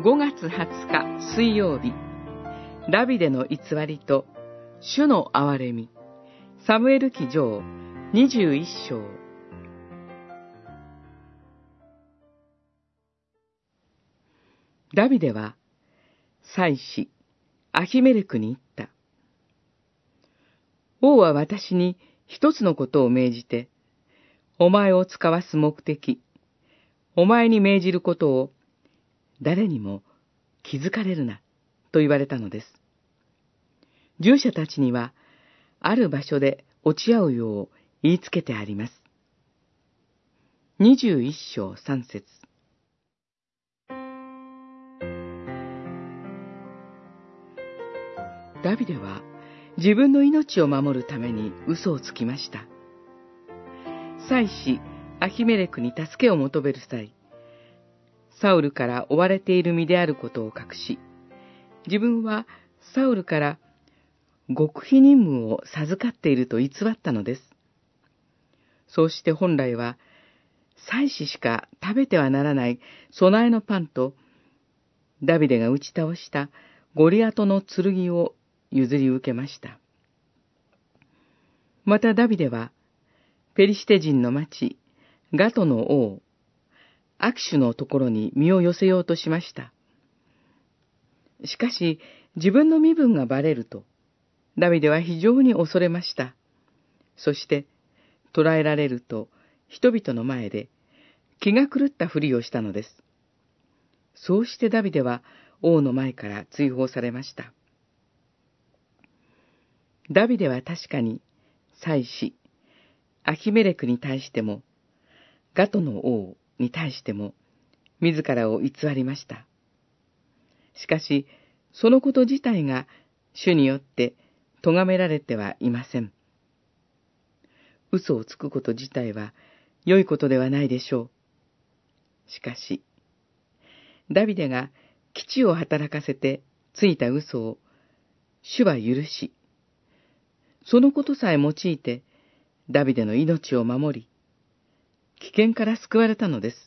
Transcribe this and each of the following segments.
5月20日水曜日、ダビデの偽りと主の憐れみ。サムエル記上21章。ダビデは祭司アヒメレクに言った。王は私に一つのことを命じて、お前を使わす目的、お前に命じることを誰にも気づかれるな、と言われたのです。従者たちには、ある場所で落ち合うよう言いつけてあります。21章3節。ダビデは自分の命を守るために嘘をつきました。祭司アヒメレクに助けを求める際、サウルから追われている身であることを隠し、自分はサウルから極秘任務を授かっていると偽ったのです。そうして本来は祭司しか食べてはならない供えのパンと、ダビデが打ち倒したゴリアトの剣を譲り受けました。またダビデは、ペリシテ人の町、ガトの王、アキシュのところに身を寄せようとしました。しかし、自分の身分がバレると、ダビデは非常に恐れました。そして、捕らえられると、人々の前で気が狂ったふりをしたのです。そうしてダビデは王の前から追放されました。ダビデは確かに、祭司、アヒメレクに対しても、ガトの王に対しても、自らを偽りました。しかし、そのこと自体が主によって咎められてはいません。嘘をつくこと自体は良いことではないでしょう。しかし、ダビデが基地を働かせてついた嘘を主は許し、そのことさえ用いてダビデの命を守り、危険から救われたのです。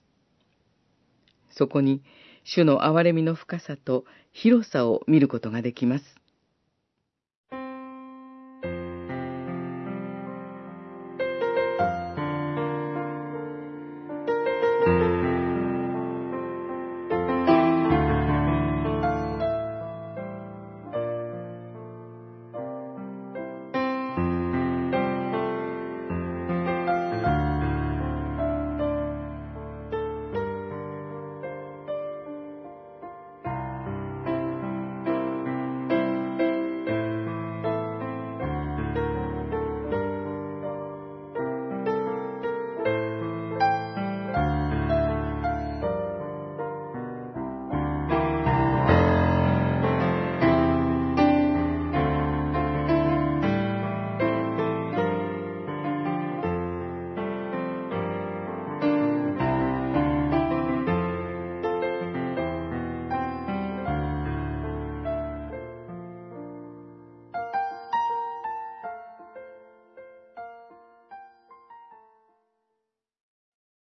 そこに主の憐れみの深さと広さを見ることができます。